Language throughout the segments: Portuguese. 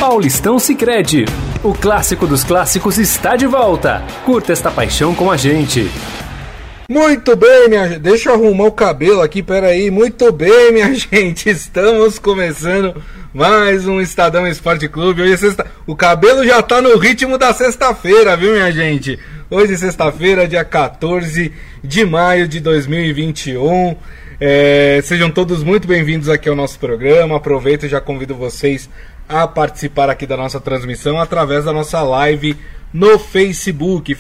Paulistão Sicredi. O clássico dos clássicos está de volta. Curta esta paixão com a gente. Muito bem, minha gente. Deixa eu arrumar o cabelo aqui, peraí. Muito bem, minha gente. Estamos começando mais um Estadão Esporte Clube. Hoje é sexta... O cabelo já tá no ritmo da sexta-feira, viu, minha gente? Hoje é sexta-feira, dia 14 de maio de 2021. Sejam todos muito bem-vindos aqui ao nosso programa. Aproveito e já convido vocês a participar aqui da nossa transmissão através da nossa live no Facebook,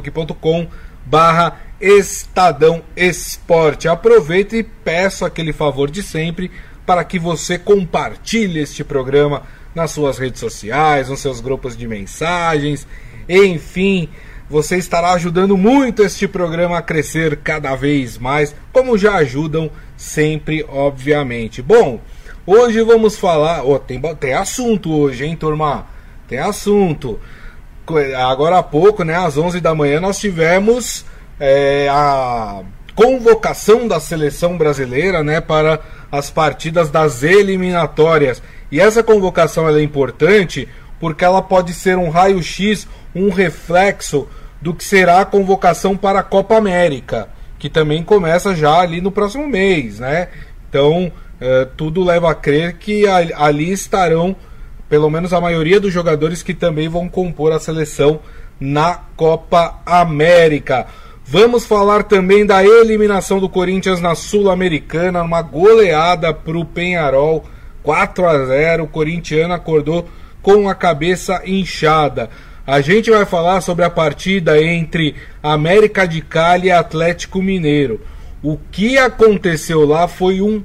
facebook.com/Estadão Esporte. Aproveito e peço aquele favor de sempre para que você compartilhe este programa nas suas redes sociais, nos seus grupos de mensagens, enfim, você estará ajudando muito este programa a crescer cada vez mais, como já ajudam sempre, obviamente. Bom, hoje vamos falar... tem assunto hoje, hein, turma? Tem assunto. Agora há pouco, né, às 11 da manhã, nós tivemos a convocação da seleção brasileira, né, para as partidas das eliminatórias. E essa convocação ela é importante porque ela pode ser um raio-x, um reflexo do que será a convocação para a Copa América, que também começa já ali no próximo mês, né? Então, tudo leva a crer que ali estarão pelo menos a maioria dos jogadores que também vão compor a seleção na Copa América. Vamos falar também da eliminação do Corinthians na Sul-Americana, uma goleada para o Peñarol, 4-0, o corintiano acordou com a cabeça inchada. A gente vai falar sobre a partida entre América de Cali e Atlético Mineiro. O que aconteceu lá foi um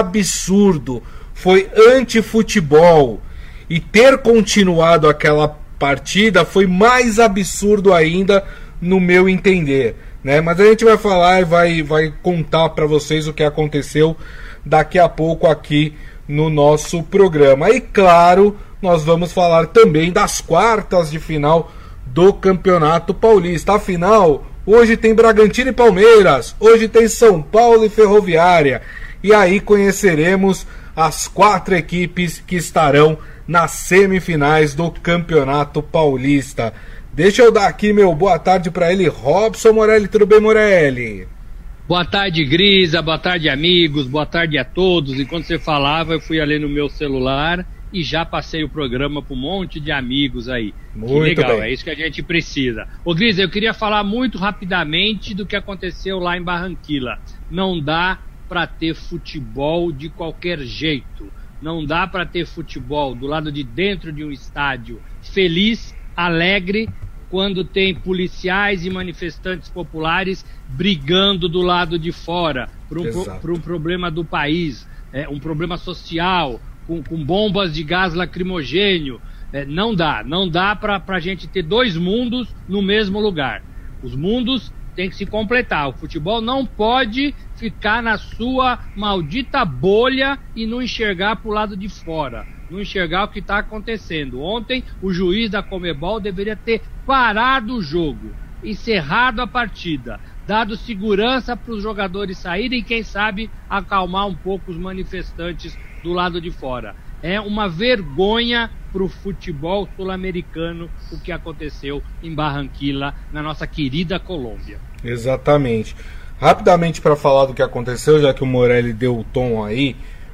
absurdo, foi antifutebol. E ter continuado aquela partida foi mais absurdo ainda, no meu entender, né? Mas a gente vai falar e vai contar para vocês o que aconteceu daqui a pouco aqui no nosso programa. E claro, nós vamos falar também das quartas de final do Campeonato Paulista. Afinal, hoje tem Bragantino e Palmeiras, hoje tem São Paulo e Ferroviária. E aí conheceremos as 4 equipes que estarão nas semifinais do Campeonato Paulista. Deixa eu dar aqui meu boa tarde para ele, Robson Morelli. Tudo bem, Morelli? Boa tarde, Grisa, boa tarde, amigos, boa tarde a todos. Enquanto você falava, eu fui ali no meu celular e já passei o programa para um monte de amigos aí. Muito que legal, bem. É isso que a gente precisa. Ô, Grisa, eu queria falar muito rapidamente do que aconteceu lá em Barranquilla. Não dá para ter futebol de qualquer jeito. Não dá para ter futebol do lado de dentro de um estádio feliz, alegre, quando tem policiais e manifestantes populares brigando do lado de fora por um problema do país, um problema social, com bombas de gás lacrimogênio. Não dá para a gente ter dois mundos no mesmo lugar. Os mundos têm que se completar. O futebol não pode ficar na sua maldita bolha e não enxergar para o lado de fora, não enxergar o que está acontecendo. Ontem o juiz da Conmebol deveria ter parado o jogo, encerrado a partida, dado segurança para os jogadores saírem e quem sabe acalmar um pouco os manifestantes do lado de fora. É uma vergonha para o futebol sul-americano o que aconteceu em Barranquilla, na nossa querida Colômbia. Exatamente. Rapidamente para falar do que aconteceu, já que o Morelli deu o tom aí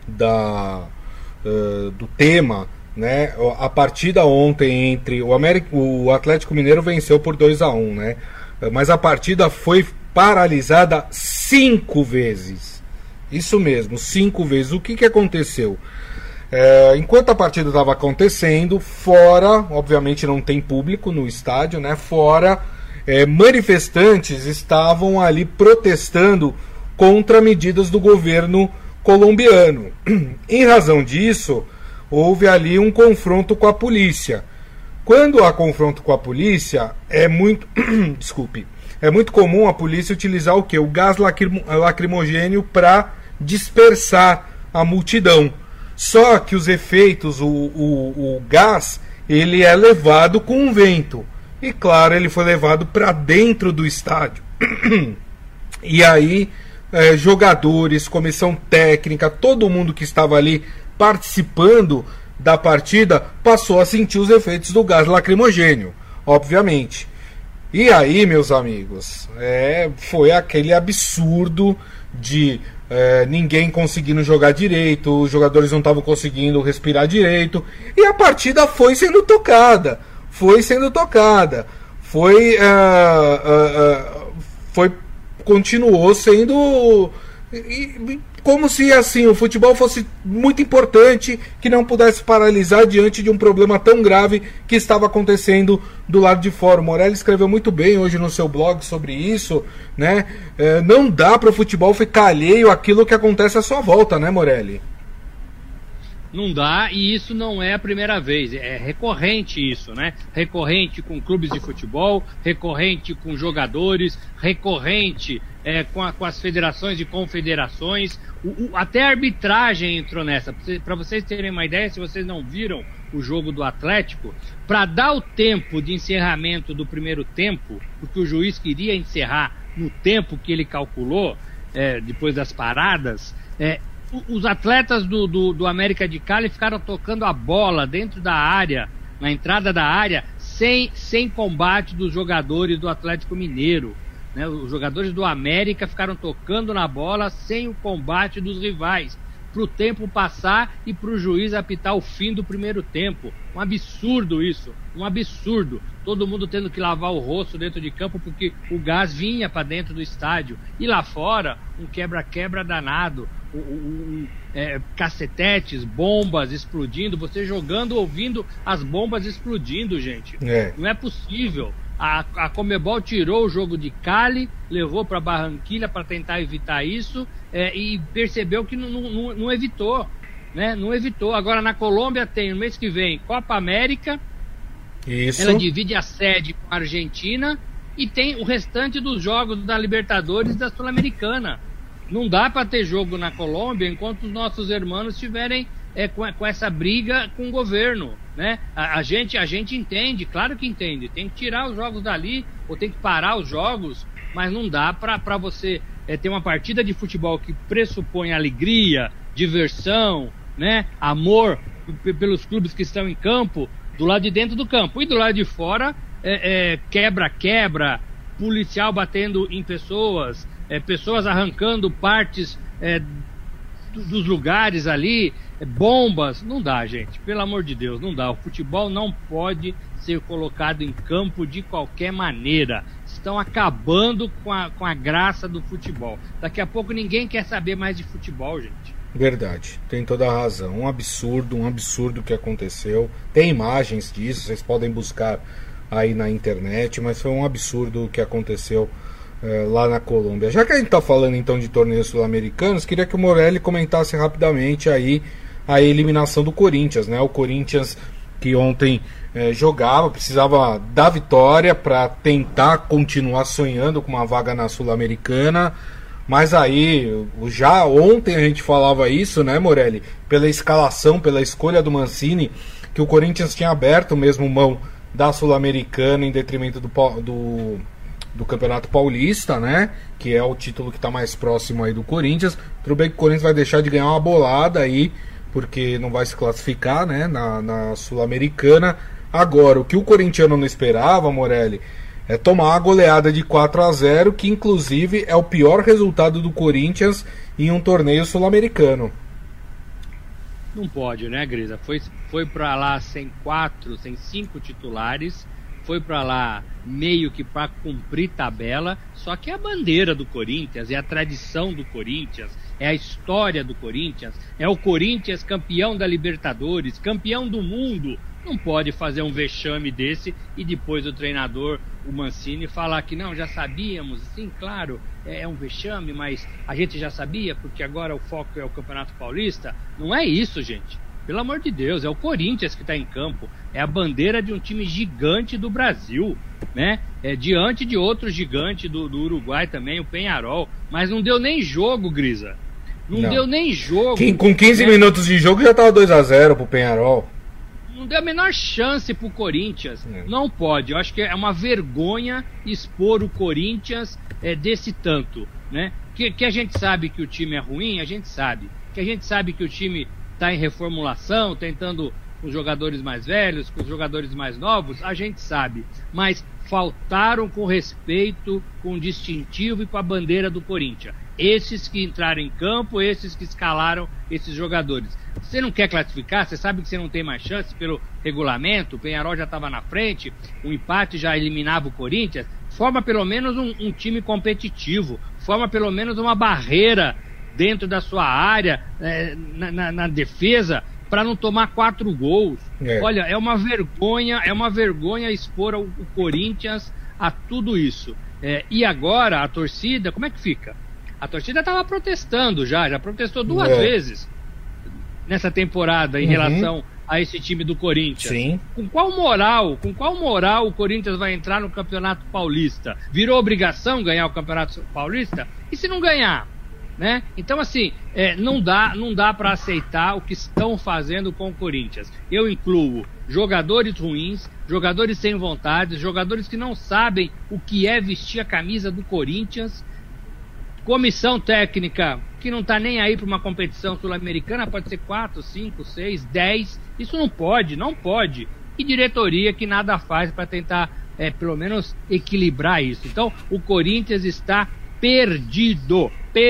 do tema, né? A partida ontem entre o Atlético Mineiro venceu por 2-1, né? Mas a partida foi paralisada 5 vezes. Isso mesmo, 5 vezes. O que aconteceu? Enquanto a partida estava acontecendo, fora, obviamente não tem público no estádio, né? Fora, manifestantes estavam ali protestando contra medidas do governo colombiano. Em razão disso, houve ali um confronto com a polícia. Quando há confronto com a polícia, é muito comum a polícia utilizar o quê? O gás lacrimogênio para dispersar a multidão. Só que os efeitos, o gás, ele é levado com o vento. E claro, ele foi levado para dentro do estádio. E aí, jogadores, comissão técnica, todo mundo que estava ali participando da partida, passou a sentir os efeitos do gás lacrimogênio, obviamente. E aí, meus amigos, foi aquele absurdo de ninguém conseguindo jogar direito, os jogadores não estavam conseguindo respirar direito, e a partida foi sendo tocada, continuou sendo como se assim o futebol fosse muito importante, que não pudesse paralisar diante de um problema tão grave que estava acontecendo do lado de fora. O Morelli escreveu muito bem hoje no seu blog sobre isso, né? Não dá para o futebol ficar alheio àquilo que acontece à sua volta, né, Morelli? Não dá, e isso não é a primeira vez, é recorrente isso, né? Recorrente com clubes de futebol, recorrente com jogadores, recorrente com as federações e confederações, até a arbitragem entrou nessa. Para vocês terem uma ideia, se vocês não viram o jogo do Atlético, para dar o tempo de encerramento do primeiro tempo, porque o juiz queria encerrar no tempo que ele calculou, depois das paradas, os atletas do América de Cali ficaram tocando a bola dentro da área, na entrada da área, sem combate dos jogadores do Atlético Mineiro, né? Os jogadores do América ficaram tocando na bola sem o combate dos rivais, para o tempo passar e para o juiz apitar o fim do primeiro tempo. Um absurdo isso, um absurdo. Todo mundo tendo que lavar o rosto dentro de campo porque o gás vinha para dentro do estádio. E lá fora, um quebra-quebra danado, cacetetes, bombas explodindo, você jogando, ouvindo as bombas explodindo, gente. Não é possível. A Conmebol tirou o jogo de Cali, levou para Barranquilla para tentar evitar isso, e percebeu que não evitou, né? Não evitou. Agora na Colômbia tem, no mês que vem, Copa América. Isso. Ela divide a sede com a Argentina e tem o restante dos jogos da Libertadores e da Sul-Americana. Não dá para ter jogo na Colômbia enquanto os nossos irmãos estiverem com essa briga com o governo, né? A gente entende, claro que entende, tem que tirar os jogos dali ou tem que parar os jogos, mas não dá para você ter uma partida de futebol que pressupõe alegria, diversão, né? Amor pelos clubes que estão em campo, do lado de dentro do campo, e do lado de fora quebra, policial batendo em pessoas, pessoas arrancando partes dos lugares ali, bombas. Não dá, gente, pelo amor de Deus, não dá. O futebol não pode ser colocado em campo de qualquer maneira. Estão acabando com a graça do futebol. Daqui a pouco ninguém quer saber mais de futebol, gente. Verdade, tem toda a razão. Um absurdo que aconteceu. Tem imagens disso, vocês podem buscar aí na internet, mas foi um absurdo o que aconteceu lá na Colômbia. Já que a gente está falando então de torneios sul-americanos, queria que o Morelli comentasse rapidamente aí a eliminação do Corinthians, né? O Corinthians que ontem jogava, precisava da vitória para tentar continuar sonhando com uma vaga na Sul-Americana, mas aí, já ontem a gente falava isso, né, Morelli? Pela escalação, pela escolha do Mancini, que o Corinthians tinha aberto mesmo mão da Sul-Americana em detrimento do Campeonato Paulista, né? Que é o título que está mais próximo aí do Corinthians. Tudo bem que o Corinthians vai deixar de ganhar uma bolada aí, porque não vai se classificar, né, na Sul-Americana. Agora, o que o corintiano não esperava, Morelli, é tomar a goleada de 4-0, que inclusive é o pior resultado do Corinthians em um torneio sul-americano. Não pode, né, Grisa? Foi pra lá sem 5 titulares, foi pra lá meio que para cumprir tabela, só que é a bandeira do Corinthians, é a tradição do Corinthians, é a história do Corinthians, é o Corinthians campeão da Libertadores, campeão do mundo. Não pode fazer um vexame desse e depois o treinador, o Mancini, falar que não, já sabíamos. Sim, claro, é um vexame, mas a gente já sabia porque agora o foco é o Campeonato Paulista. Não é isso, gente. Pelo amor de Deus, é o Corinthians que está em campo. É a bandeira de um time gigante do Brasil, né? Diante de outro gigante do Uruguai também, o Peñarol. Mas não deu nem jogo, Grisa. Não deu nem jogo. Com 15 minutos de jogo já estava 2-0 pro Peñarol. Não deu a menor chance pro Corinthians. Não pode. Eu acho que é uma vergonha expor o Corinthians desse tanto, né? Que a gente sabe que o time é ruim, a gente sabe. Que a gente sabe que o time está em reformulação, tentando com os jogadores mais velhos, com os jogadores mais novos, a gente sabe, mas faltaram com respeito, com distintivo e com a bandeira do Corinthians. Esses que entraram em campo, esses que escalaram esses jogadores. Você não quer classificar, você sabe que você não tem mais chance pelo regulamento, o Peñarol já estava na frente, o empate já eliminava o Corinthians, forma pelo menos um time competitivo, forma pelo menos uma barreira dentro da sua área, na defesa, para não tomar 4 gols. Olha, é uma vergonha expor o Corinthians a tudo isso. E agora a torcida, como é que fica? A torcida estava protestando já protestou 2 vezes nessa temporada em relação a esse time do Corinthians. Sim. Com qual moral o Corinthians vai entrar no Campeonato Paulista? Virou obrigação ganhar o Campeonato Paulista? E se não ganhar? Né? Então, assim, não dá para aceitar o que estão fazendo com o Corinthians. Eu incluo jogadores ruins, jogadores sem vontade, jogadores que não sabem o que é vestir a camisa do Corinthians, comissão técnica que não está nem aí para uma competição sul-americana, pode ser 4, 5, 6, 10, isso não pode, e diretoria que nada faz para tentar, pelo menos, equilibrar isso. Então, o Corinthians está perdido.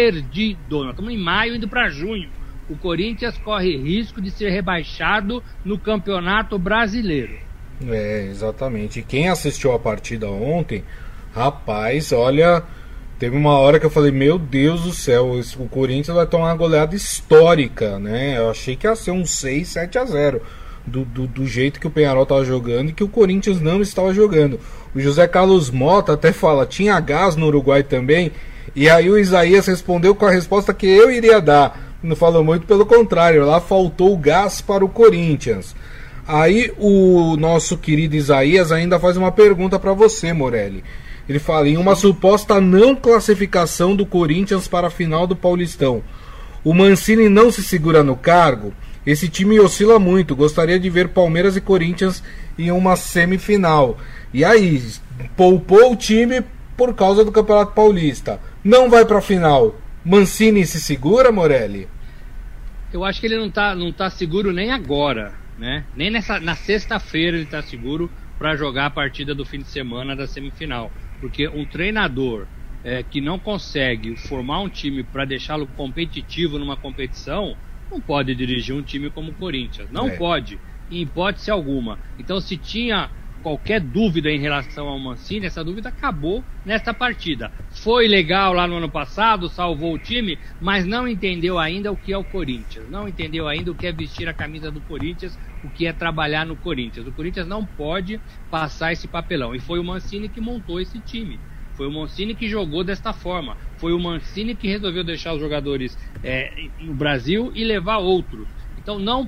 Nós estamos em maio, indo para junho. O Corinthians corre risco de ser rebaixado no Campeonato Brasileiro. Exatamente. E quem assistiu a partida ontem, rapaz, olha, teve uma hora que eu falei, meu Deus do céu, o Corinthians vai tomar uma goleada histórica, né? Eu achei que ia ser um 6-7-0. Do jeito que o Peñarol estava jogando e que o Corinthians não estava jogando. O José Carlos Mota até fala, tinha gás no Uruguai também, e aí o Isaías respondeu com a resposta que eu iria dar. Não falou muito, pelo contrário, lá faltou gás para o Corinthians. Aí o nosso querido Isaías ainda faz uma pergunta para você, Morelli. Ele fala, em uma suposta não classificação do Corinthians para a final do Paulistão, o Mancini não se segura no cargo? Esse time oscila muito, gostaria de ver Palmeiras e Corinthians em uma semifinal. E aí, poupou o time por causa do Campeonato Paulista. Não vai para a final. Mancini se segura, Morelli? Eu acho que ele não tá seguro nem agora, né? Nem na sexta-feira ele está seguro para jogar a partida do fim de semana da semifinal. Porque um treinador que não consegue formar um time para deixá-lo competitivo numa competição, não pode dirigir um time como o Corinthians. Não pode, em hipótese alguma. Então, se tinha qualquer dúvida em relação ao Mancini, essa dúvida acabou nesta partida. Foi legal lá no ano passado, salvou o time, mas não entendeu ainda o que é o Corinthians. Não entendeu ainda o que é vestir a camisa do Corinthians, o que é trabalhar no Corinthians. O Corinthians não pode passar esse papelão. E foi o Mancini que montou esse time. Foi o Mancini que jogou desta forma. Foi o Mancini que resolveu deixar os jogadores no Brasil e levar outros. Então não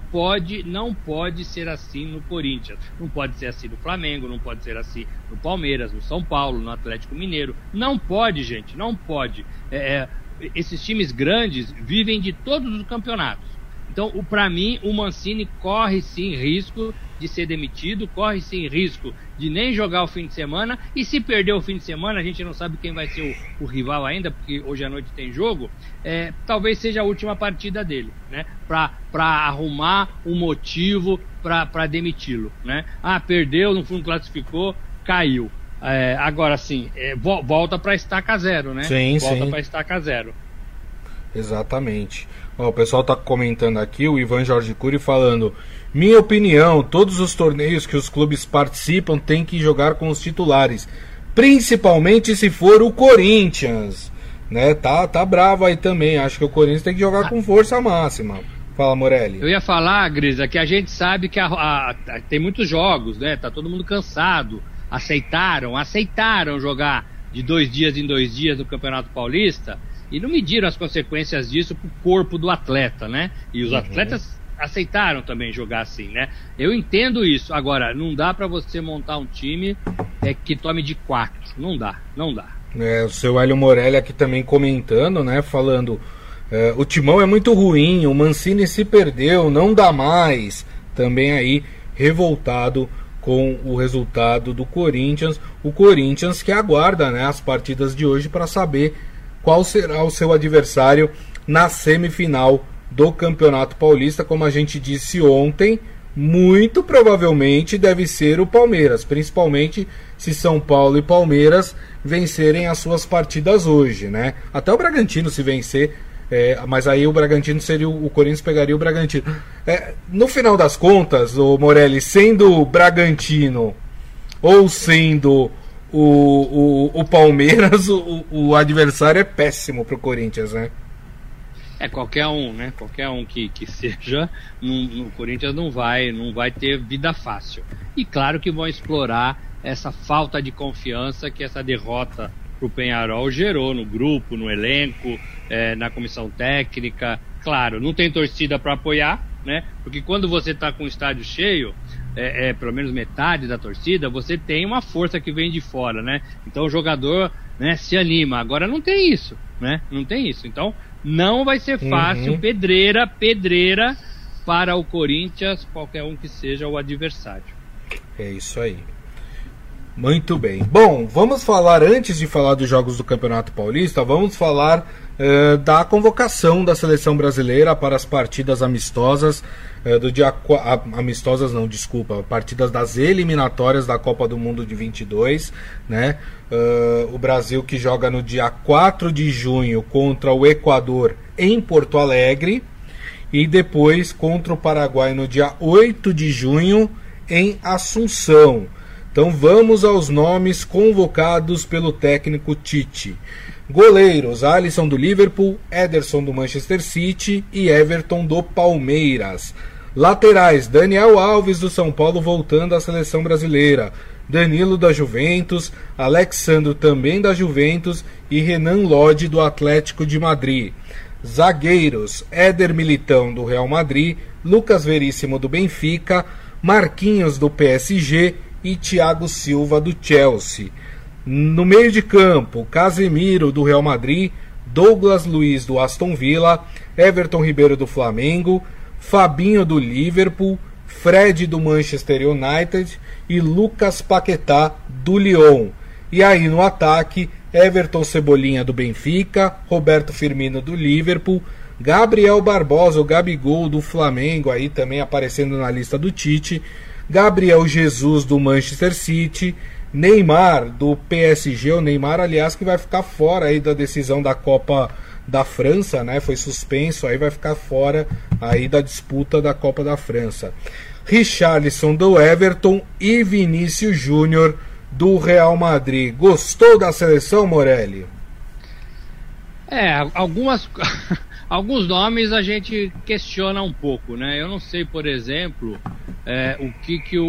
pode ser assim no Corinthians. Não pode ser assim no Flamengo, não pode ser assim no Palmeiras, no São Paulo, no Atlético Mineiro. Não pode, gente, não pode. Esses times grandes vivem de todos os campeonatos. Então, para mim, o Mancini corre sim risco de ser demitido, corre sim risco de nem jogar o fim de semana, e se perder o fim de semana, a gente não sabe quem vai ser o rival ainda, porque hoje à noite tem jogo, talvez seja a última partida dele, né? Para arrumar um motivo para demiti-lo, né? Perdeu, não classificou, caiu. Agora sim, volta para estaca zero, né? Volta para estaca zero. Exatamente. O pessoal está comentando aqui, o Ivan Jorge Cury falando, minha opinião, todos os torneios que os clubes participam têm que jogar com os titulares, principalmente se for o Corinthians, né? Tá bravo aí também, acho que o Corinthians tem que jogar com força máxima. Fala, Morelli. Eu ia falar, Grisa, que a gente sabe que tem muitos jogos, né? Tá todo mundo cansado, aceitaram jogar de 2 dias em 2 dias no Campeonato Paulista, e não mediram as consequências disso pro corpo do atleta, né? E os atletas aceitaram também jogar assim, né? Eu entendo isso. Agora, não dá para você montar um time que tome de 4. Não dá. O seu Hélio Morelli aqui também comentando, né? Falando, o timão é muito ruim, o Mancini se perdeu, não dá mais. Também aí, revoltado com o resultado do Corinthians. O Corinthians que aguarda, né, as partidas de hoje para saber qual será o seu adversário na semifinal do Campeonato Paulista. Como a gente disse ontem, muito provavelmente deve ser o Palmeiras, principalmente se São Paulo e Palmeiras vencerem as suas partidas hoje, né? Até o Bragantino se vencer, mas aí o Bragantino seria o Corinthians pegaria o Bragantino. No final das contas, o Morelli, sendo o Bragantino ou sendo o Palmeiras, o adversário é péssimo pro Corinthians, né? Qualquer um, né? Qualquer um que seja, no Corinthians não vai ter vida fácil. E claro que vão explorar essa falta de confiança que essa derrota pro Peñarol gerou no grupo, no elenco, na comissão técnica. Claro, não tem torcida para apoiar, né? Porque quando você tá com o estádio cheio, pelo menos metade da torcida, você tem uma força que vem de fora, né? Então o jogador, né, se anima. Agora não tem isso, né? Não tem isso. Então não vai ser fácil, pedreira para o Corinthians, qualquer um que seja o adversário. É isso aí. Muito bem. Bom, vamos falar, antes de falar dos jogos do Campeonato Paulista, vamos falar da convocação da seleção brasileira para as partidas amistosas do dia... Amistosas não, desculpa. Partidas das eliminatórias da Copa do Mundo de 22, né? O Brasil que joga no dia 4 de junho contra o Equador em Porto Alegre e depois contra o Paraguai no dia 8 de junho em Assunção. Então vamos aos nomes convocados pelo técnico Tite. Goleiros: Alisson do Liverpool, Ederson do Manchester City e Everton do Palmeiras. Laterais: Daniel Alves do São Paulo voltando à seleção brasileira, Danilo da Juventus, Alexandro também da Juventus e Renan Lodge do Atlético de Madrid. Zagueiros: Éder Militão do Real Madrid, Lucas Veríssimo do Benfica, Marquinhos do PSG e Thiago Silva do Chelsea. No meio de campo: Casemiro do Real Madrid, Douglas Luiz do Aston Villa, Everton Ribeiro do Flamengo, Fabinho do Liverpool, Fred do Manchester United e Lucas Paquetá do Lyon. E aí no ataque: Everton Cebolinha do Benfica, Roberto Firmino do Liverpool, Gabriel Barbosa, o Gabigol do Flamengo, aí também aparecendo na lista do Tite, Gabriel Jesus do Manchester City, Neymar do PSG, o Neymar, aliás, que vai ficar fora aí da decisão da Copa da França, né? Foi suspenso, aí vai ficar fora aí da disputa da Copa da França. Richarlison do Everton e Vinícius Júnior do Real Madrid. Gostou da seleção, Morelli? Alguns nomes a gente questiona um pouco, né? Eu não sei, por exemplo, o que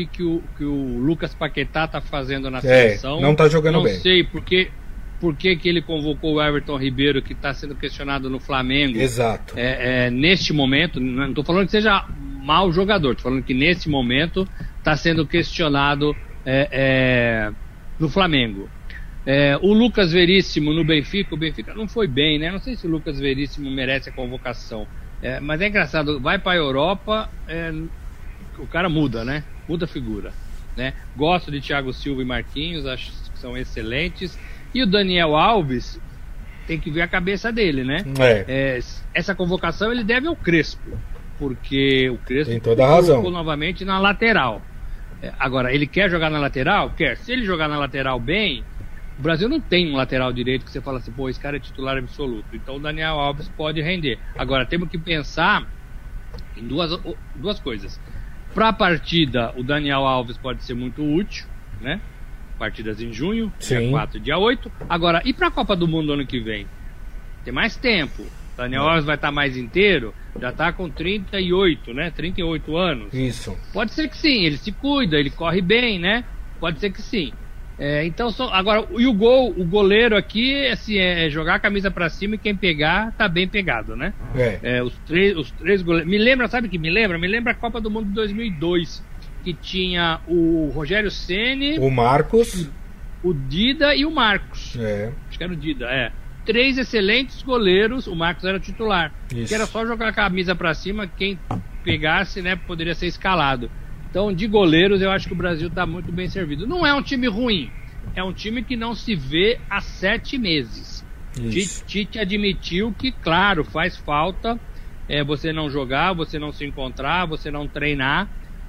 o Lucas Paquetá tá fazendo na seleção. Não tá jogando bem. Não sei por que ele convocou o Everton Ribeiro, que está sendo questionado no Flamengo. Exato. Neste momento, não estou falando que seja mau jogador, estou falando que nesse momento está sendo questionado no Flamengo. O Lucas Veríssimo no Benfica, o Benfica não foi bem, né? Não sei se o Lucas Veríssimo merece a convocação. Mas é engraçado, vai para a Europa, o cara muda, né? Muda a figura, né? Gosto de Thiago Silva e Marquinhos, acho que são excelentes. E o Daniel Alves, tem que ver a cabeça dele, né? Essa convocação ele deve ao Crespo, porque o Crespo tem toda a razão. Colocou novamente na lateral. Agora, ele quer jogar na lateral? Quer. Se ele jogar na lateral bem, o Brasil não tem um lateral direito que você fala assim, pô, esse cara é titular absoluto. Então o Daniel Alves pode render. Agora, temos que pensar em duas coisas. Para a partida, o Daniel Alves pode ser muito útil, né? Partidas em junho, dia 4 e dia 8. Agora, e para a Copa do Mundo ano que vem? Tem mais tempo. Daniel Alves vai estar mais inteiro, já está com 38, né? 38 anos. Isso. Pode ser que sim, ele se cuida, ele corre bem, né? Pode ser que sim. Então, agora, e o goleiro aqui, assim, jogar a camisa pra cima e quem pegar, tá bem pegado, né? Os três goleiros. Me lembra, sabe o que me lembra? Me lembra a Copa do Mundo de 2002, que tinha o Rogério Ceni, o Marcos, o Dida e o Marcos. Acho que era o Dida, 3 excelentes goleiros, o Marcos era titular. Isso. Que era só jogar a camisa pra cima, quem pegasse, né, poderia ser escalado. Então, de goleiros, eu acho que o Brasil está muito bem servido. Não é um time ruim, é um time que não se vê há 7 meses. Tite admitiu que, claro, faz falta você não jogar, você não se encontrar, você não treinar.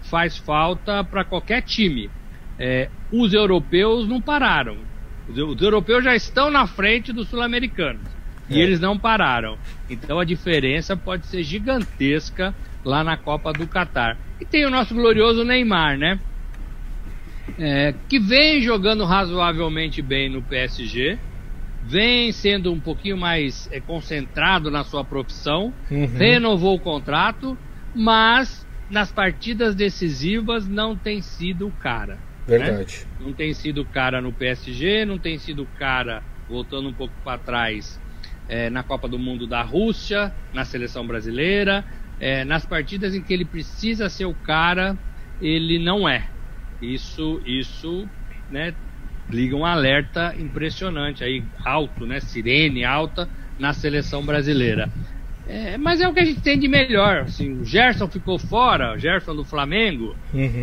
faz falta para qualquer time. Os europeus não pararam. Os europeus já estão na frente dos sul-americanos. E eles não pararam. Então a diferença pode ser gigantesca lá na Copa do Catar. E tem o nosso glorioso Neymar, né? Que vem jogando razoavelmente bem no PSG, vem sendo um pouquinho mais concentrado na sua profissão, renovou o contrato, mas nas partidas decisivas não tem sido o cara. Verdade. Né? Não tem sido o cara no PSG, não tem sido o cara, voltando um pouco para trás, na Copa do Mundo da Rússia, na seleção brasileira, nas partidas em que ele precisa ser o cara, ele não é. Isso, né, liga um alerta impressionante aí, alto, né, sirene alta na seleção brasileira. Mas é o que a gente tem de melhor. Assim, o Gerson ficou fora, o Gerson do Flamengo.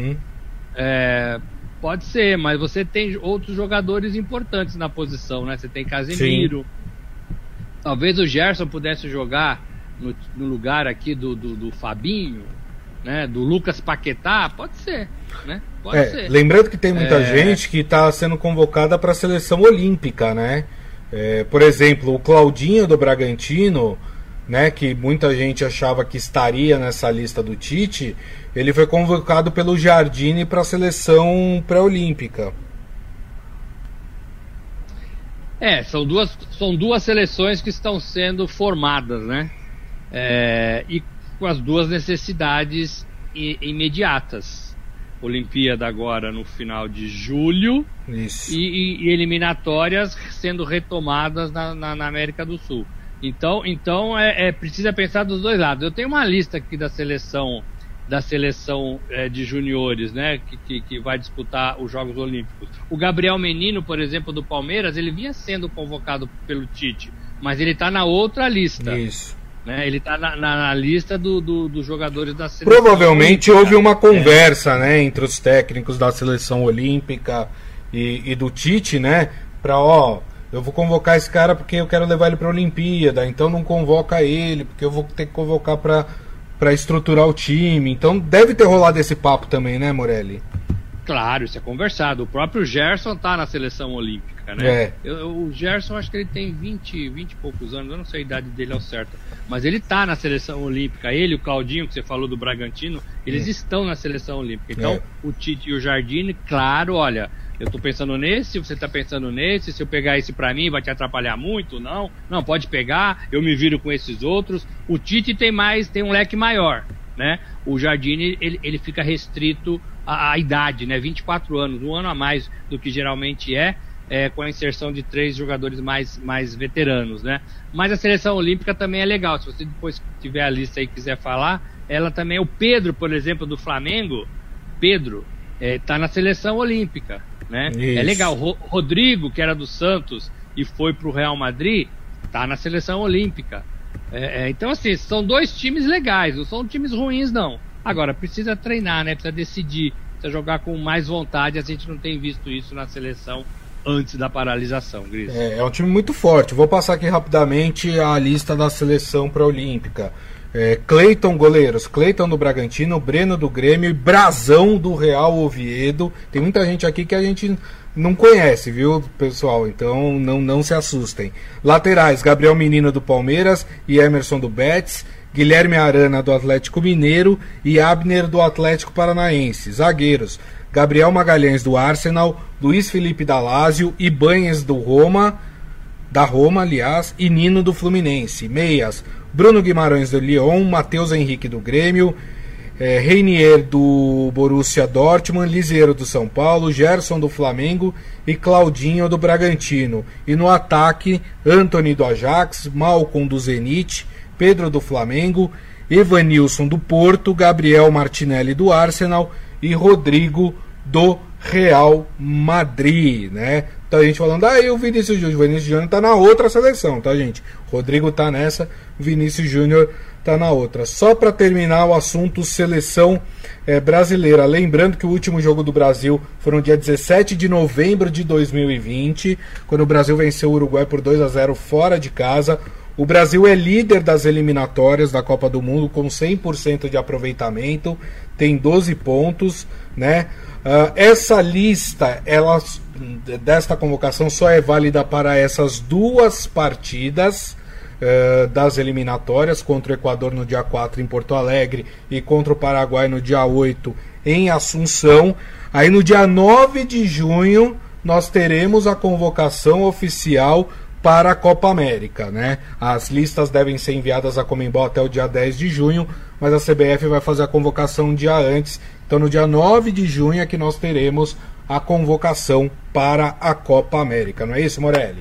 Pode ser, mas você tem outros jogadores importantes na posição, né? Você tem Casemiro. Sim. Talvez o Gerson pudesse jogar no lugar aqui do Fabinho, né? Do Lucas Paquetá, pode ser, né? Pode ser. Lembrando que tem muita gente que está sendo convocada para a seleção olímpica, né? Por exemplo, o Claudinho do Bragantino, né, que muita gente achava que estaria nessa lista do Tite, ele foi convocado pelo Jardine para a seleção pré-olímpica. São duas seleções que estão sendo formadas, né? E com as duas necessidades imediatas. Olimpíada agora no final de julho. Isso. E eliminatórias sendo retomadas na América do Sul. Então precisa pensar dos dois lados. Eu tenho uma lista aqui da seleção de juniores, né, que vai disputar os Jogos Olímpicos. O Gabriel Menino, por exemplo, do Palmeiras, ele vinha sendo convocado pelo Tite, mas ele está na outra lista. Isso. Né, ele está na lista dos jogadores da seleção. Provavelmente houve uma conversa, né, entre os técnicos da seleção olímpica e do Tite, né, eu vou convocar esse cara porque eu quero levar ele para a Olimpíada, então não convoca ele, porque eu vou ter que convocar para estruturar o time. Então deve ter rolado esse papo também, né, Morelli? Claro, isso é conversado. O próprio Gerson tá na seleção olímpica, né? O Gerson, acho que ele tem 20 e poucos anos, eu não sei a idade dele ao certo, mas ele tá na seleção olímpica. Ele, o Claudinho, que você falou do Bragantino, eles estão na seleção olímpica. Então, o Tite e o Jardine, claro, olha, eu tô pensando nesse, você tá pensando nesse, se eu pegar esse pra mim vai te atrapalhar muito? Não, pode pegar, eu me viro com esses outros. O Tite tem um leque maior, né? O Jardine, ele fica restrito à idade, né? 24 anos, um ano a mais do que geralmente com a inserção de 3 jogadores mais veteranos, né? Mas a seleção olímpica também é legal, se você depois tiver a lista aí e quiser falar, ela também, o Pedro, por exemplo, do Flamengo, tá na seleção olímpica, né? Isso. É legal. Rodrigo, que era do Santos e foi pro Real Madrid, tá na seleção olímpica. Então, assim, são 2 times legais, não são times ruins, não. Agora, precisa treinar, né? Precisa decidir, precisa jogar com mais vontade. A gente não tem visto isso na seleção antes da paralisação, Gris. É um time muito forte. Vou passar aqui rapidamente a lista da seleção pré-olímpica. Cleiton, goleiros, Cleiton do Bragantino, Breno do Grêmio e Brazão do Real Oviedo. Tem muita gente aqui que a gente não conhece, viu, pessoal? Então não se assustem. Laterais, Gabriel Menino do Palmeiras e Emerson do Betis, Guilherme Arana do Atlético Mineiro e Abner do Atlético Paranaense. Zagueiros, Gabriel Magalhães do Arsenal, Luiz Felipe da Lazio, Ibanez do Roma, e Nino do Fluminense. Meias, Bruno Guimarães do Lyon, Matheus Henrique do Grêmio, Reinier do Borussia Dortmund, Lisieiro do São Paulo, Gerson do Flamengo e Claudinho do Bragantino. E no ataque, Antony do Ajax, Malcom do Zenit, Pedro do Flamengo, Evanilson do Porto, Gabriel Martinelli do Arsenal e Rodrigo do Real Madrid, né? Então a gente falando, e o Vinícius Júnior tá na outra seleção, tá, gente? Rodrigo tá nessa, o Vinícius Júnior tá na outra. Só para terminar o assunto seleção brasileira, lembrando que o último jogo do Brasil foi no dia 17 de novembro de 2020, quando o Brasil venceu o Uruguai por 2-0 fora de casa. O Brasil é líder das eliminatórias da Copa do Mundo com 100% de aproveitamento, tem 12 pontos, né? Essa lista, desta convocação, só é válida para essas duas partidas das eliminatórias, contra o Equador no dia 4 em Porto Alegre e contra o Paraguai no dia 8 em Assunção. Aí no dia 9 de junho nós teremos a convocação oficial para a Copa América, né? As listas devem ser enviadas à Conmebol até o dia 10 de junho, mas a CBF vai fazer a convocação um dia antes. Então no dia 9 de junho é que nós teremos a convocação para a Copa América, não é isso, Morelli?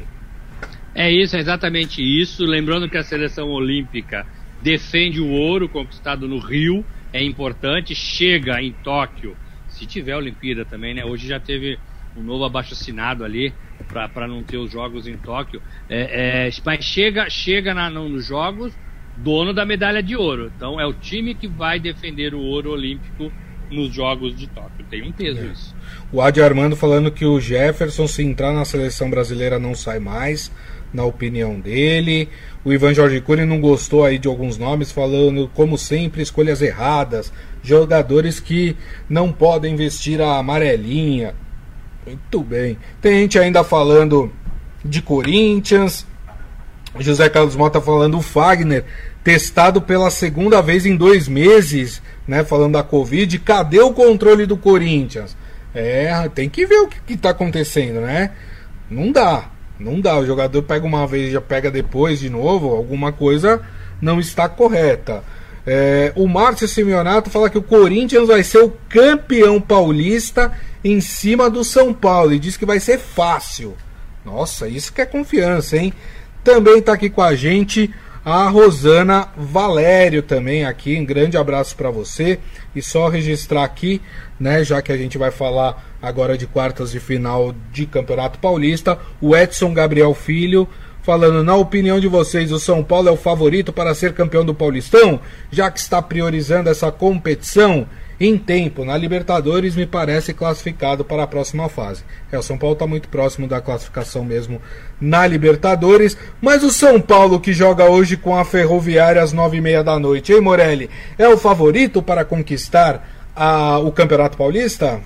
É isso, é exatamente isso. Lembrando que a seleção olímpica defende o ouro conquistado no Rio, é importante, chega em Tóquio, se tiver Olimpíada também, né? Hoje já teve um novo abaixo-assinado ali para não ter os jogos em Tóquio, mas chega nos jogos dono da medalha de ouro. Então é o time que vai defender o ouro olímpico nos jogos de Tóquio. Tem um peso isso. O Adi Armando falando que o Jefferson, se entrar na seleção brasileira, não sai mais, na opinião dele. O Ivan Jorge Cury não gostou aí de alguns nomes, falando, como sempre, escolhas erradas, jogadores que não podem vestir a amarelinha. Muito bem. Tem gente ainda falando de Corinthians. José Carlos Mota falando o Fagner testado pela segunda vez em 2 meses, né? Falando da Covid. Cadê o controle do Corinthians? Tem que ver o que está acontecendo, né? Não dá. O jogador pega uma vez e já pega depois de novo. Alguma coisa não está correta. O Márcio Simeonato fala que o Corinthians vai ser o campeão paulista em cima do São Paulo e diz que vai ser fácil. Nossa, isso que é confiança, hein? Também está aqui com a gente a Rosana Valério também aqui, um grande abraço para você. E só registrar aqui, né, já que a gente vai falar agora de quartas de final de Campeonato Paulista, o Edson Gabriel Filho falando, na opinião de vocês, o São Paulo é o favorito para ser campeão do Paulistão, já que está priorizando essa competição em tempo. Na Libertadores me parece classificado para a próxima fase. O São Paulo está muito próximo da classificação mesmo na Libertadores, mas o São Paulo que joga hoje com a Ferroviária às 9h30 da noite, hein, Morelli? É o favorito para conquistar o Campeonato Paulista?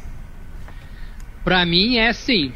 Para mim é sim.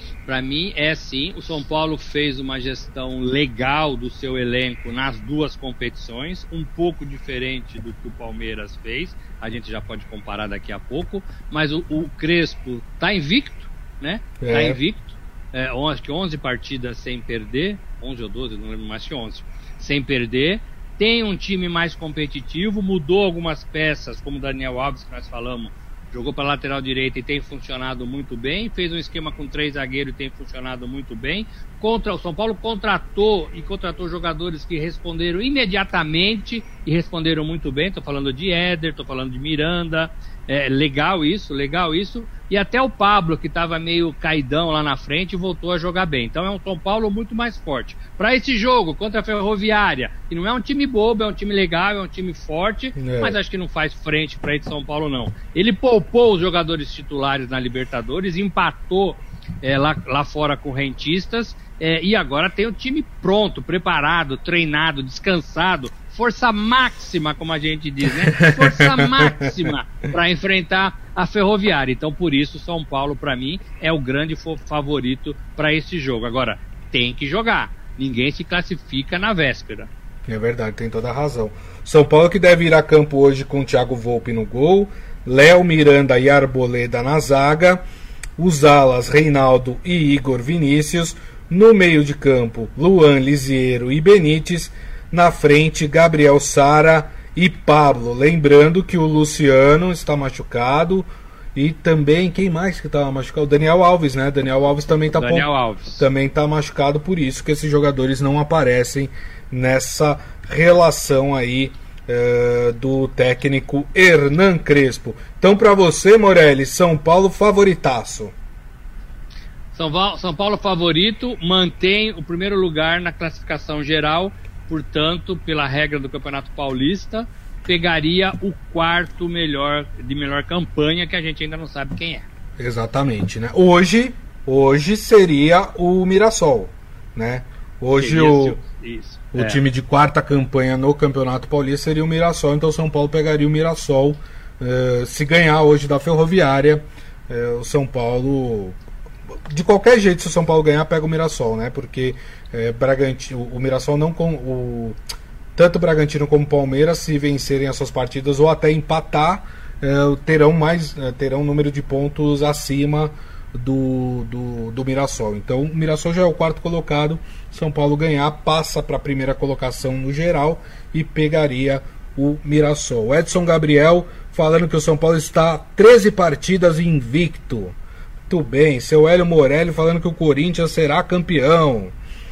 O São Paulo fez uma gestão legal do seu elenco nas duas competições, um pouco diferente do que o Palmeiras fez. A gente já pode comparar daqui a pouco, mas o Crespo tá invicto, né? Tá invicto. Acho que 11 partidas sem perder, 11 ou 12, não lembro mais, que 11, sem perder. Tem um time mais competitivo, mudou algumas peças, como o Daniel Alves, que nós falamos, jogou para a lateral direita e tem funcionado muito bem, fez um esquema com 3 zagueiros e tem funcionado muito bem. O São Paulo contratou jogadores que responderam imediatamente e responderam muito bem. Estou falando de Éder, estou falando de Miranda. Legal isso. E até o Pablo, que estava meio caidão lá na frente, voltou a jogar bem. Então é um São Paulo muito mais forte. Para esse jogo contra a Ferroviária, que não é um time bobo, é um time legal, é um time forte, mas acho que não faz frente para esse São Paulo, não. Ele poupou os jogadores titulares na Libertadores, empatou lá fora com rentistas, e agora tem o time pronto, preparado, treinado, descansado, força máxima, como a gente diz, né? Força máxima para enfrentar a Ferroviária. Então, por isso, São Paulo, para mim, é o grande favorito para esse jogo. Agora, tem que jogar. Ninguém se classifica na véspera. É verdade, tem toda a razão. São Paulo que deve ir a campo hoje com o Thiago Volpi no gol, Léo Miranda e Arboleda na zaga, os alas Reinaldo e Igor Vinícius, no meio de campo Luan Lisiero e Benítez, na frente Gabriel Sara e Pablo. Lembrando que o Luciano está machucado e também, quem mais que estava machucado? O Daniel Alves, né? Daniel Alves também está machucado, por isso que esses jogadores não aparecem nessa relação aí do técnico Hernan Crespo. Então, para você, Morelli, São Paulo favoritaço. São Paulo favorito, mantém o primeiro lugar na classificação geral, portanto, pela regra do Campeonato Paulista, pegaria o quarto melhor campanha, que a gente ainda não sabe quem é. Exatamente, né? Hoje seria o Mirassol, né? Hoje o time de quarta campanha no Campeonato Paulista seria o Mirassol, então o São Paulo pegaria o Mirassol. Se ganhar hoje da Ferroviária, o São Paulo, de qualquer jeito, se o São Paulo ganhar, pega o Mirassol, né? Porque o Mirassol não tanto o Bragantino como o Palmeiras, se vencerem as suas partidas ou até empatar, terão um número de pontos acima do Mirassol. Então o Mirassol já é o quarto colocado. São Paulo ganhar, passa para a primeira colocação no geral e pegaria o Mirassol. Edson Gabriel falando que o São Paulo está 13 partidas invicto. Muito bem. Seu Hélio Morelli falando que o Corinthians será campeão.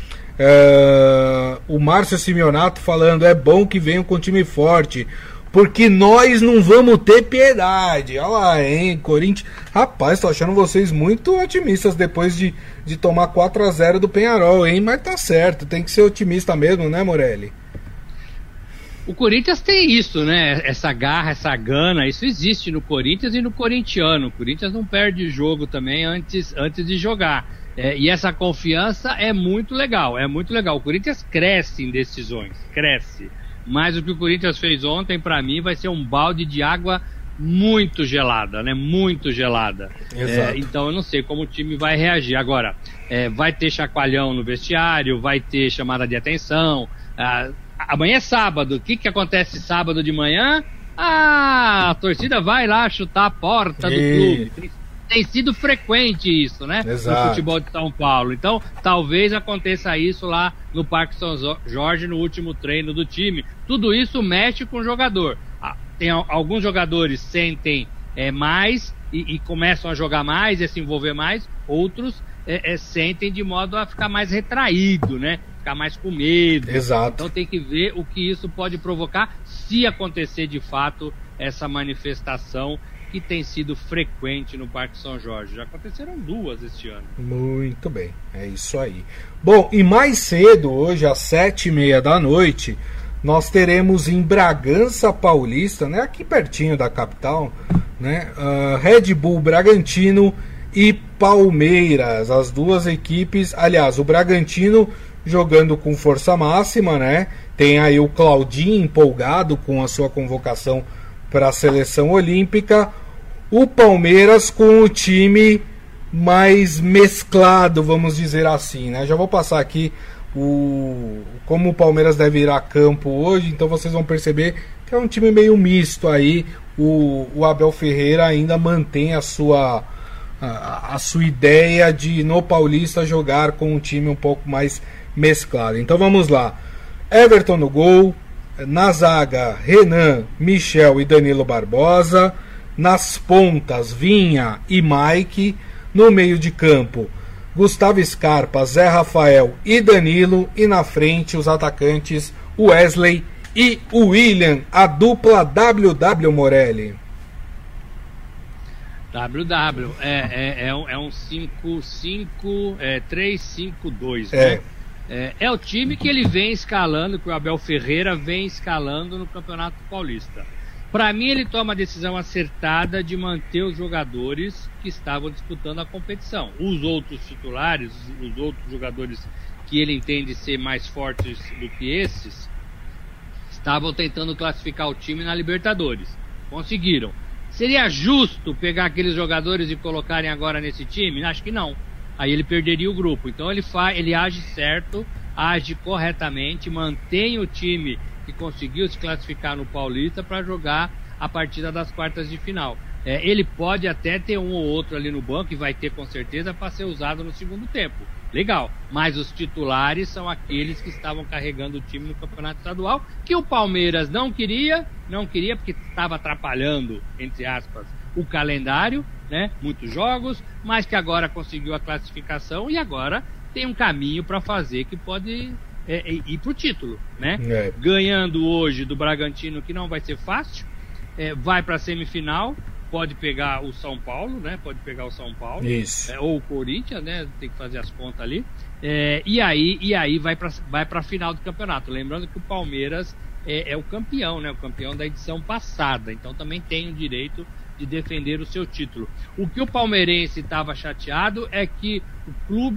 O Márcio Simeonato falando: é bom que venham com time forte, porque nós não vamos ter piedade. Olha lá, hein, Corinthians. Rapaz, tô achando vocês muito otimistas depois de tomar 4-0 do Peñarol, hein? Mas tá certo, tem que ser otimista mesmo, né, Morelli? O Corinthians tem isso, né? Essa garra, essa gana, isso existe no Corinthians e no corintiano. O Corinthians não perde jogo também antes de jogar. E essa confiança é muito legal, é muito legal. O Corinthians cresce em decisões, cresce. Mas o que o Corinthians fez ontem, pra mim, vai ser um balde de água muito gelada, né? Muito gelada. Então eu não sei como o time vai reagir. Agora, vai ter chacoalhão no vestiário, vai ter chamada de atenção. Amanhã é sábado. O que acontece sábado de manhã? A torcida vai lá chutar a porta do clube. Tem sido frequente isso, né? Exato. No futebol de São Paulo. Então, talvez aconteça isso lá no Parque São Jorge, no último treino do time. Tudo isso mexe com o jogador. Tem alguns jogadores sentem mais e começam a jogar mais e a se envolver mais. Outros sentem de modo a ficar mais retraído, né? Ficar mais com medo. Exato. Então tem que ver o que isso pode provocar, se acontecer de fato essa manifestação que tem sido frequente no Parque São Jorge. Já aconteceram 2 este ano. Muito bem, é isso aí. Bom, e mais cedo, hoje às 7h30 da noite, nós teremos em Bragança Paulista, né, aqui pertinho da capital, né, Red Bull Bragantino e Palmeiras, as duas equipes. Aliás, o Bragantino jogando com força máxima, né? Tem aí o Claudinho empolgado com a sua convocação para a seleção olímpica. O Palmeiras com o time mais mesclado, vamos dizer assim, né? Já vou passar aqui como o Palmeiras deve ir a campo hoje, então vocês vão perceber que é um time meio misto aí. O Abel Ferreira ainda mantém a sua ideia de no Paulista jogar com um time um pouco mais mesclado. Então vamos lá. Everton no gol, na zaga Renan, Michel e Danilo Barbosa, nas pontas Vinha e Mike, no meio de campo Gustavo Scarpa, Zé Rafael e Danilo, e na frente os atacantes Wesley e William, a dupla WW Morelli. WW é um 3-5-2, né? É o time que ele vem escalando, que o Abel Ferreira vem escalando no Campeonato Paulista. Para mim, ele toma a decisão acertada de manter os jogadores que estavam disputando a competição. Os outros titulares, os outros jogadores que ele entende ser mais fortes do que esses, estavam tentando classificar o time na Libertadores. Conseguiram. Seria justo pegar aqueles jogadores e colocarem agora nesse time? Acho que não. Aí ele perderia o grupo. Então ele age certo, age corretamente, mantém o time que conseguiu se classificar no Paulista para jogar a partida das quartas de final. Ele pode até ter um ou outro ali no banco, e vai ter com certeza, para ser usado no segundo tempo. Legal, mas os titulares são aqueles que estavam carregando o time no Campeonato Estadual, que o Palmeiras não queria porque estava atrapalhando, entre aspas, o calendário, né? Muitos jogos, mas que agora conseguiu a classificação e agora tem um caminho para fazer que pode ir para o título, né? Ganhando hoje do Bragantino, que não vai ser fácil, vai para a semifinal, pode pegar o São Paulo, né? Pode pegar o São Paulo, ou o Corinthians, né? Tem que fazer as contas ali. E aí vai para a final do campeonato. Lembrando que o Palmeiras é o campeão, né? O campeão da edição passada. Então também tem o direito de defender o seu título. O que o palmeirense estava chateado é que o clube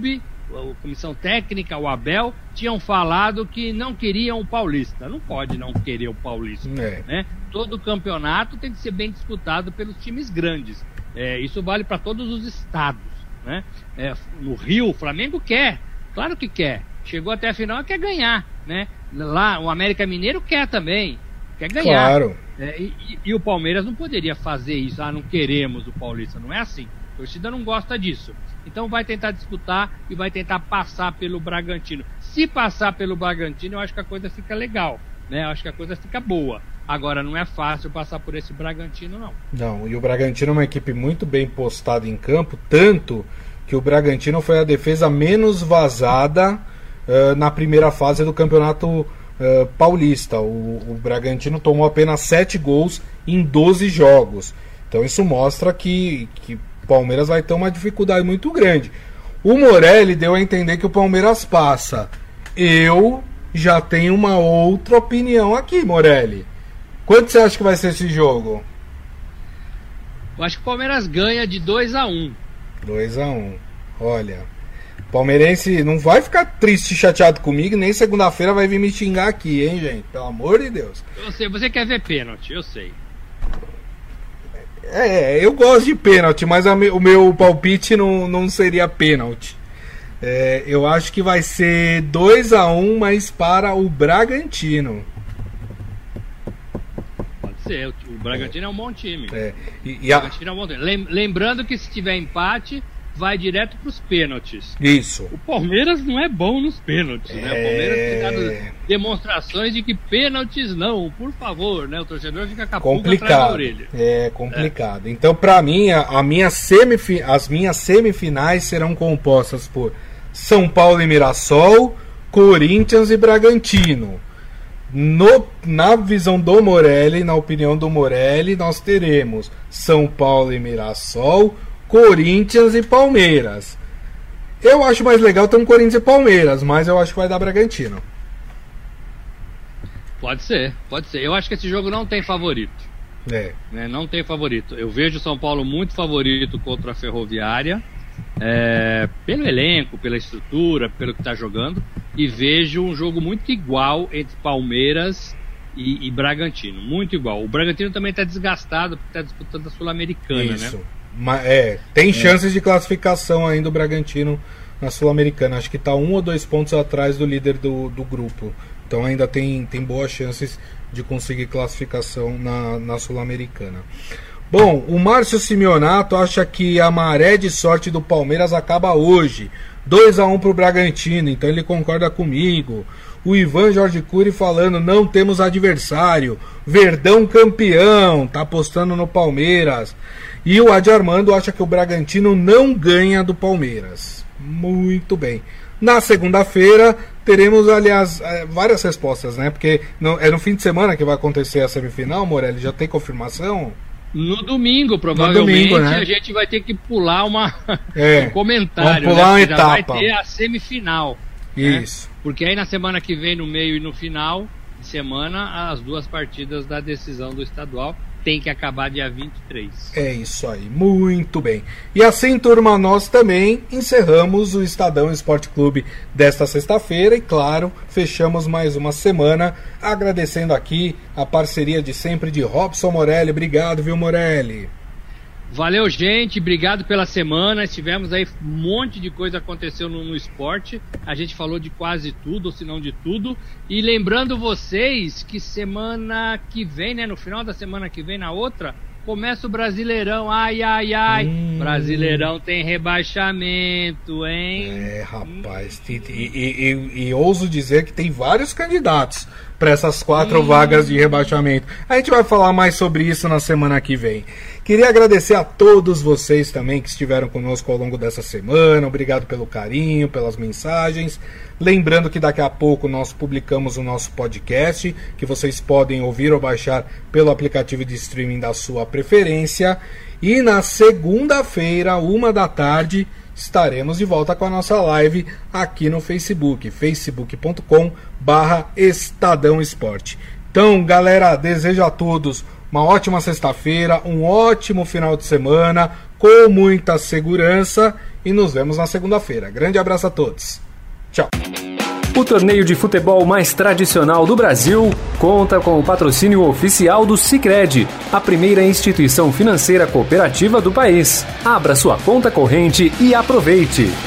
a comissão técnica, o Abel, tinham falado que não queriam o Paulista. Não pode não querer o Paulista, né? Todo campeonato tem que ser bem disputado pelos times grandes. Isso vale para todos os estados, né? No Rio, o Flamengo quer, claro que quer. Chegou até a final e quer ganhar, né? Lá, o América Mineiro quer também, quer ganhar. Claro. E o Palmeiras não poderia fazer isso. Não queremos o Paulista, não é assim. A torcida não gosta disso. Então vai tentar disputar e vai tentar passar pelo Bragantino. Se passar pelo Bragantino, eu acho que a coisa fica legal, né? Eu acho que a coisa fica boa. Agora, não é fácil passar por esse Bragantino, não. Não, e o Bragantino é uma equipe muito bem postada em campo, tanto que o Bragantino foi a defesa menos vazada na primeira fase do Campeonato Paulista. O Bragantino tomou apenas 7 gols em 12 jogos. Então isso mostra que o Palmeiras vai ter uma dificuldade muito grande. O Morelli deu a entender que o Palmeiras passa. Eu já tenho uma outra opinião aqui, Morelli. Quanto você acha que vai ser esse jogo? Eu acho que o Palmeiras ganha de 2-1. 2-1. Olha, o palmeirense não vai ficar triste e chateado comigo, nem segunda-feira vai vir me xingar aqui, hein, gente? Pelo amor de Deus. Eu sei, você quer ver pênalti, eu sei. Eu gosto de pênalti, mas o meu palpite não seria pênalti. Eu acho que vai ser 2-1, mas para o Bragantino. Pode ser, o Bragantino é um bom time. O Bragantino é um bom time. Lembrando que se tiver empate, vai direto para os pênaltis. Isso. O Palmeiras não é bom nos pênaltis, né? O Palmeiras tem dado demonstrações de que pênaltis não, por favor, né? O torcedor fica com a pulga atrás da orelha. É complicado. Então, para mim, as minhas semifinais serão compostas por São Paulo e Mirassol, Corinthians e Bragantino. Na visão do Morelli, na opinião do Morelli, nós teremos São Paulo e Mirassol, Corinthians e Palmeiras. Eu acho mais legal ter um Corinthians e Palmeiras, mas eu acho que vai dar Bragantino. Pode ser. Eu acho que esse jogo não tem favorito. Né? Não tem favorito. Eu vejo o São Paulo muito favorito contra a Ferroviária, pelo elenco, pela estrutura, pelo que está jogando, e vejo um jogo muito igual entre Palmeiras e Bragantino. Muito igual. O Bragantino também está desgastado porque está disputando a Sul-Americana, isso, né? Tem chances de classificação ainda o Bragantino na Sul-Americana. Acho que está 1 ou 2 pontos atrás do líder do grupo. Então ainda tem boas chances de conseguir classificação na Sul-Americana. Bom, o Márcio Simeonato acha que a maré de sorte do Palmeiras acaba hoje. 2-1 para o Bragantino, então ele concorda comigo. O Ivan Jorge Cury falando, não temos adversário. Verdão campeão, tá apostando no Palmeiras. E o Adi Armando acha que o Bragantino não ganha do Palmeiras. Muito bem. Na segunda-feira teremos, aliás, várias respostas, né? Porque é no fim de semana que vai acontecer a semifinal, Morelli, já tem confirmação? No domingo, provavelmente, né? A gente vai ter que pular um comentário. Vamos pular uma etapa. Vai ter a semifinal. Isso. Né? Porque aí na semana que vem, no meio e no final de semana, as 2 partidas da decisão do estadual tem que acabar dia 23. É isso aí, muito bem. E assim, turma, nós também encerramos o Estadão Esporte Clube desta sexta-feira e, claro, fechamos mais uma semana agradecendo aqui a parceria de sempre de Robson Morelli. Obrigado, viu, Morelli? Valeu, gente, obrigado pela semana. Tivemos aí um monte de coisa aconteceu no esporte. A gente falou de quase tudo, ou se não de tudo. E lembrando vocês que semana que vem, né, no final da semana que vem, na outra, começa o Brasileirão. Ai. Brasileirão tem rebaixamento, hein? Rapaz, e ouso dizer que tem vários candidatos para essas 4 vagas de rebaixamento. A gente vai falar mais sobre isso na semana que vem. Queria agradecer a todos vocês também que estiveram conosco ao longo dessa semana. Obrigado pelo carinho, pelas mensagens. Lembrando que daqui a pouco nós publicamos o nosso podcast, que vocês podem ouvir ou baixar pelo aplicativo de streaming da sua preferência. E na segunda-feira, 13h, estaremos de volta com a nossa live aqui no Facebook, facebook.com/Estadão Esporte. Então, galera, desejo a todos uma ótima sexta-feira, um ótimo final de semana, com muita segurança, e nos vemos na segunda-feira. Grande abraço a todos. Tchau. O torneio de futebol mais tradicional do Brasil conta com o patrocínio oficial do Sicredi, a primeira instituição financeira cooperativa do país. Abra sua conta corrente e aproveite!